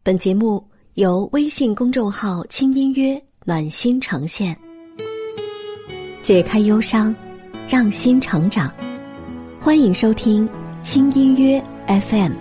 本节目由微信公众号轻音乐暖心呈现，解开忧伤，让心成长。欢迎收听轻音乐 FM。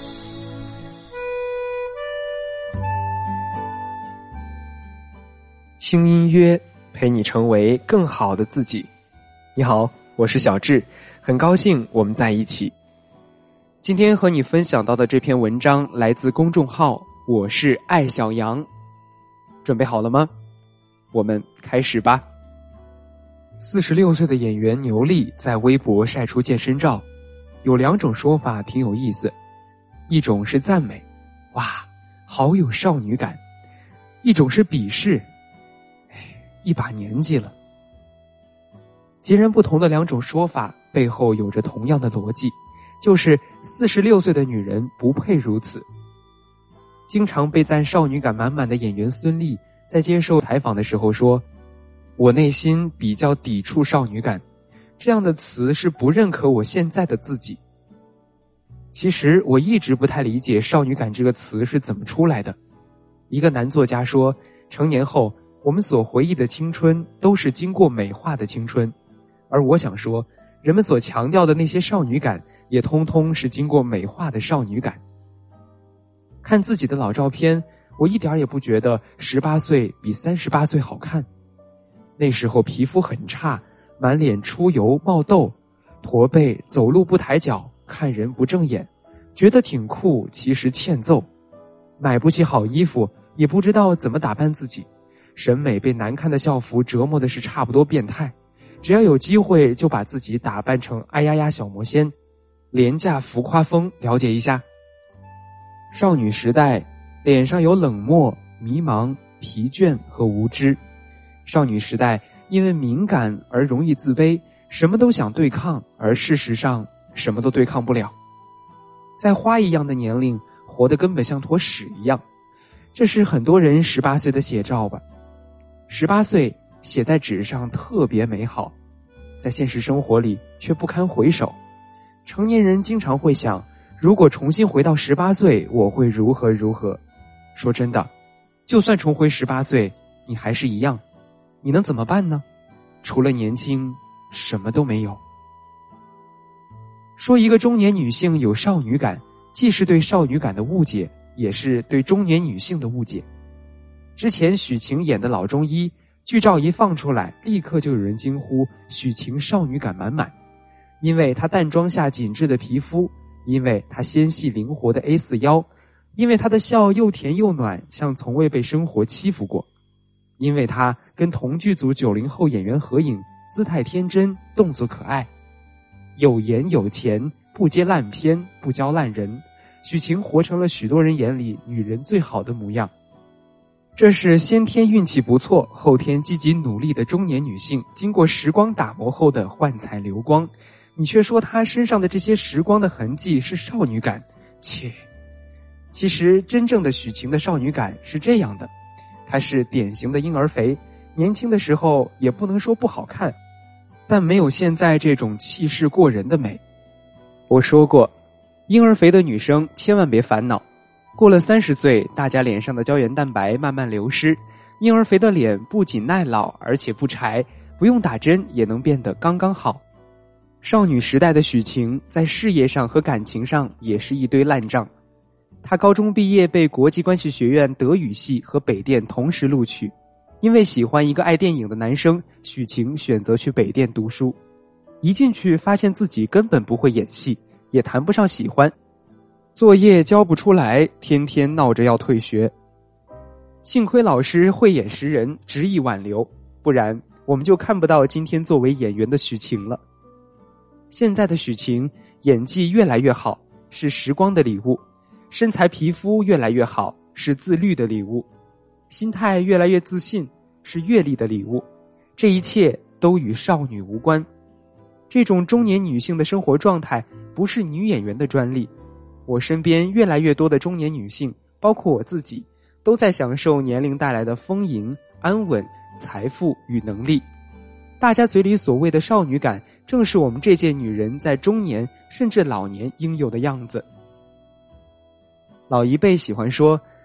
轻音乐陪你成为更好的自己。你好，我是小智，很高兴我们在一起。今天和你分享到的这篇文章来自公众号我是爱小羊。准备好了吗？我们开始吧。46岁的演员牛莉在微博晒出健身照，有两种说法挺有意思，一种是赞美，哇，好有少女感；一种是鄙视，一把年纪了。截然不同的两种说法背后有着同样的逻辑，就是46岁的女人不配如此。经常被赞少女感满满的演员孙俪在接受采访的时候说，我内心比较抵触少女感，这样的词是不认可我现在的自己。其实我一直不太理解少女感这个词是怎么出来的。一个男作家说，成年后我们所回忆的青春都是经过美化的青春，而我想说，人们所强调的那些少女感也通通是经过美化的少女感。看自己的老照片，我一点也不觉得18岁比38岁好看。那时候皮肤很差，满脸出油冒痘，驼背，走路不抬脚，看人不正眼，觉得挺酷，其实欠揍。买不起好衣服，也不知道怎么打扮自己，审美被难看的校服折磨的是差不多变态，只要有机会就把自己打扮成哎呀呀小魔仙，廉价浮夸风，了解一下。少女时代，脸上有冷漠、迷茫、疲倦和无知。少女时代因为敏感而容易自卑，什么都想对抗，而事实上什么都对抗不了。在花一样的年龄，活得根本像坨屎一样。这是很多人18岁的写照吧。18岁写在纸上特别美好，在现实生活里却不堪回首。成年人经常会想，如果重新回到18岁，我会如何如何。说真的，就算重回18岁，你还是一样，你能怎么办呢？除了年轻，什么都没有。说一个中年女性有少女感，既是对少女感的误解，也是对中年女性的误解。之前许晴演的老中医，剧照一放出来，立刻就有人惊呼许晴少女感满满，因为她淡妆下紧致的皮肤，因为她纤细灵活的 A4 腰，因为她的笑又甜又暖，像从未被生活欺负过，因为她跟同剧组90后演员合影，姿态天真，动作可爱。有颜有钱，不接烂片，不教烂人，许晴活成了许多人眼里女人最好的模样。这是先天运气不错，后天积极努力的中年女性经过时光打磨后的幻彩流光，你却说她身上的这些时光的痕迹是少女感，切！其实真正的许晴的少女感是这样的，她是典型的婴儿肥，年轻的时候也不能说不好看，但没有现在这种气势过人的美。我说过，婴儿肥的女生千万别烦恼，过了30岁，大家脸上的胶原蛋白慢慢流失，婴儿肥的脸不仅耐老，而且不柴，不用打针也能变得刚刚好。少女时代的许晴在事业上和感情上也是一堆烂账。她高中毕业被国际关系学院德语系和北电同时录取，因为喜欢一个爱电影的男生，许晴选择去北电读书。一进去发现自己根本不会演戏，也谈不上喜欢，作业交不出来，天天闹着要退学。幸亏老师慧眼识人，执意挽留，不然我们就看不到今天作为演员的许晴了。现在的许晴演技越来越好，是时光的礼物；身材皮肤越来越好，是自律的礼物；心态越来越自信，是阅历的礼物。这一切都与少女无关。这种中年女性的生活状态不是女演员的专利，我身边越来越多的中年女性，包括我自己，都在享受年龄带来的丰盈、安稳、财富与能力。大家嘴里所谓的少女感，正是我们这届女人在中年甚至老年应有的样子。老一辈喜欢说，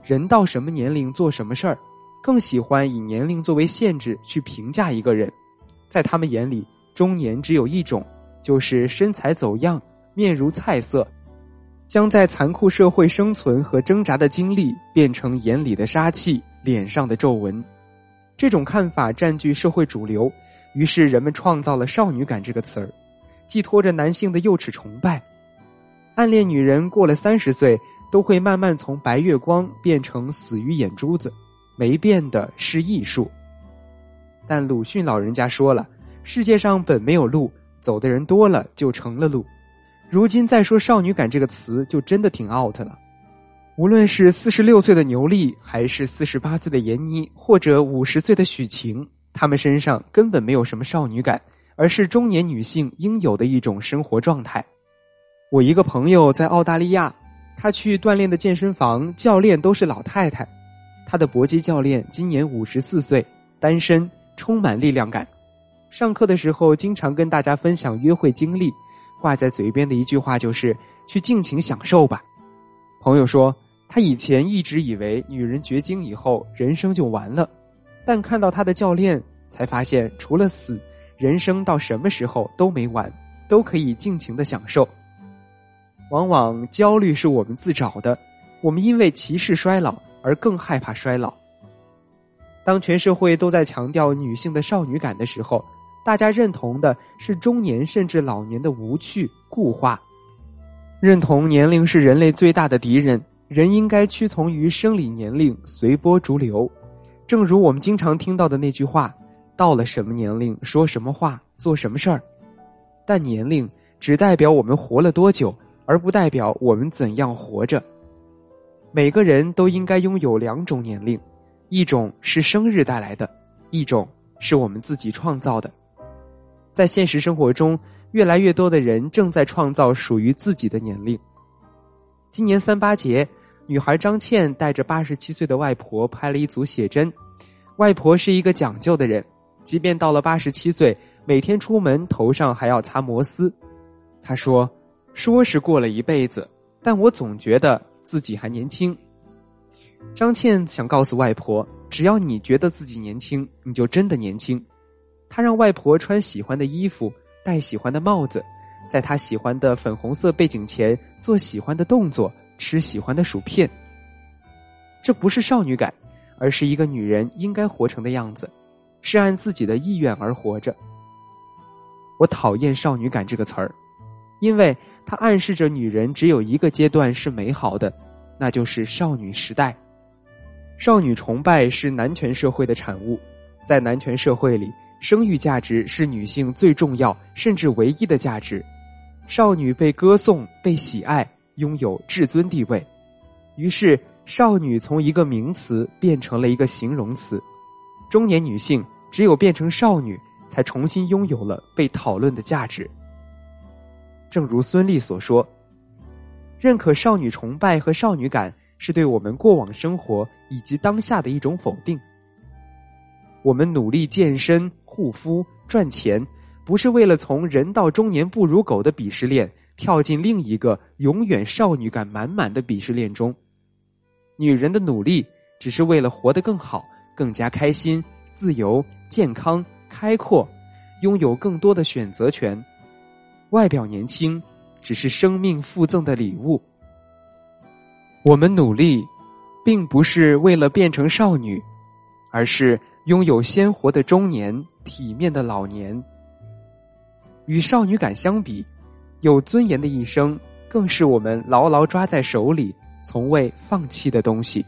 人到什么年龄做什么事儿，更喜欢以年龄作为限制去评价一个人。在他们眼里，中年只有一种，就是身材走样，面如菜色，将在残酷社会生存和挣扎的经历变成眼里的杀气，脸上的皱纹。这种看法占据社会主流，于是人们创造了少女感这个词儿，寄托着男性的幼齿崇拜。暗恋女人过了30岁，都会慢慢从白月光变成死鱼眼珠子，没变的是艺术。但鲁迅老人家说了，世界上本没有路，走的人多了就成了路。如今再说少女感这个词就真的挺 out 了。无论是46岁的牛莉，还是48岁的闫妮，或者50岁的许晴，她们身上根本没有什么少女感，而是中年女性应有的一种生活状态。我一个朋友在澳大利亚，他去锻炼的健身房教练都是老太太，他的搏击教练今年54岁，单身，充满力量感。上课的时候经常跟大家分享约会经历，挂在嘴边的一句话就是去尽情享受吧。朋友说他以前一直以为女人绝经以后人生就完了，但看到他的教练才发现除了死，人生到什么时候都没完，都可以尽情的享受。往往焦虑是我们自找的，我们因为歧视衰老而更害怕衰老。当全社会都在强调女性的少女感的时候，大家认同的是中年甚至老年的无趣固化，认同年龄是人类最大的敌人，人应该屈从于生理年龄，随波逐流。正如我们经常听到的那句话，到了什么年龄说什么话做什么事儿。但年龄只代表我们活了多久，而不代表我们怎样活着。每个人都应该拥有2种年龄，一种是生日带来的，一种是我们自己创造的。在现实生活中，越来越多的人正在创造属于自己的年龄。今年38节，女孩张倩带着87岁的外婆拍了一组写真。外婆是一个讲究的人，即便到了87岁，每天出门头上还要擦摩丝。她说是过了一辈子，但我总觉得自己还年轻。张倩想告诉外婆，只要你觉得自己年轻，你就真的年轻。她让外婆穿喜欢的衣服，戴喜欢的帽子，在她喜欢的粉红色背景前做喜欢的动作，吃喜欢的薯片。这不是少女感，而是一个女人应该活成的样子，是按自己的意愿而活着。我讨厌少女感这个词儿，因为它暗示着女人只有一个阶段是美好的，那就是少女时代。少女崇拜是男权社会的产物，在男权社会里，生育价值是女性最重要甚至唯一的价值。少女被歌颂，被喜爱，拥有至尊地位。于是少女从一个名词变成了一个形容词。中年女性只有变成少女，才重新拥有了被讨论的价值。正如孙俪所说，认可少女崇拜和少女感是对我们过往生活以及当下的一种否定。我们努力健身、护肤、赚钱，不是为了从人到中年不如狗的鄙视链跳进另一个永远少女感满满的鄙视链中。女人的努力只是为了活得更好，更加开心、自由、健康、开阔，拥有更多的选择权。外表年轻只是生命附赠的礼物。我们努力并不是为了变成少女，而是拥有鲜活的中年、体面的老年。与少女感相比，有尊严的一生更是我们牢牢抓在手里从未放弃的东西。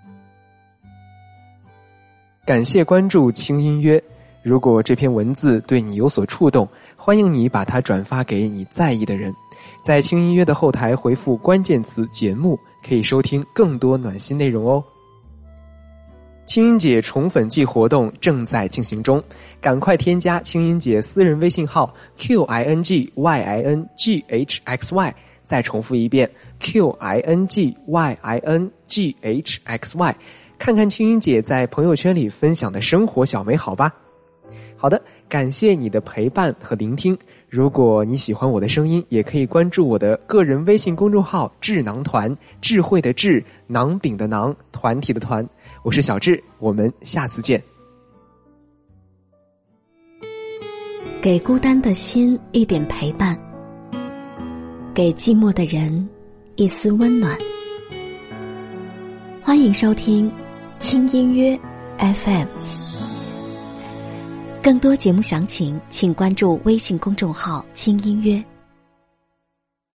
感谢关注轻音乐，如果这篇文字对你有所触动，欢迎你把它转发给你在意的人。在轻音乐的后台回复关键词节目，可以收听更多暖心内容哦。青音姐宠粉季活动正在进行中，赶快添加青音姐私人微信号 QINGYINGHXY， 再重复一遍 QINGYINGHXY， 看看青音姐在朋友圈里分享的生活小美好吧。好的， 感谢你的陪伴和聆听。如果你喜欢我的声音，也可以关注我的个人微信公众号智囊团，智慧的智，囊饼的囊，团体的团。我是小智，我们下次见。 给孤单的心一点陪伴，给寂寞的人一丝温暖。欢迎收听轻音乐 FM， 更多节目详情请关注微信公众号轻音乐。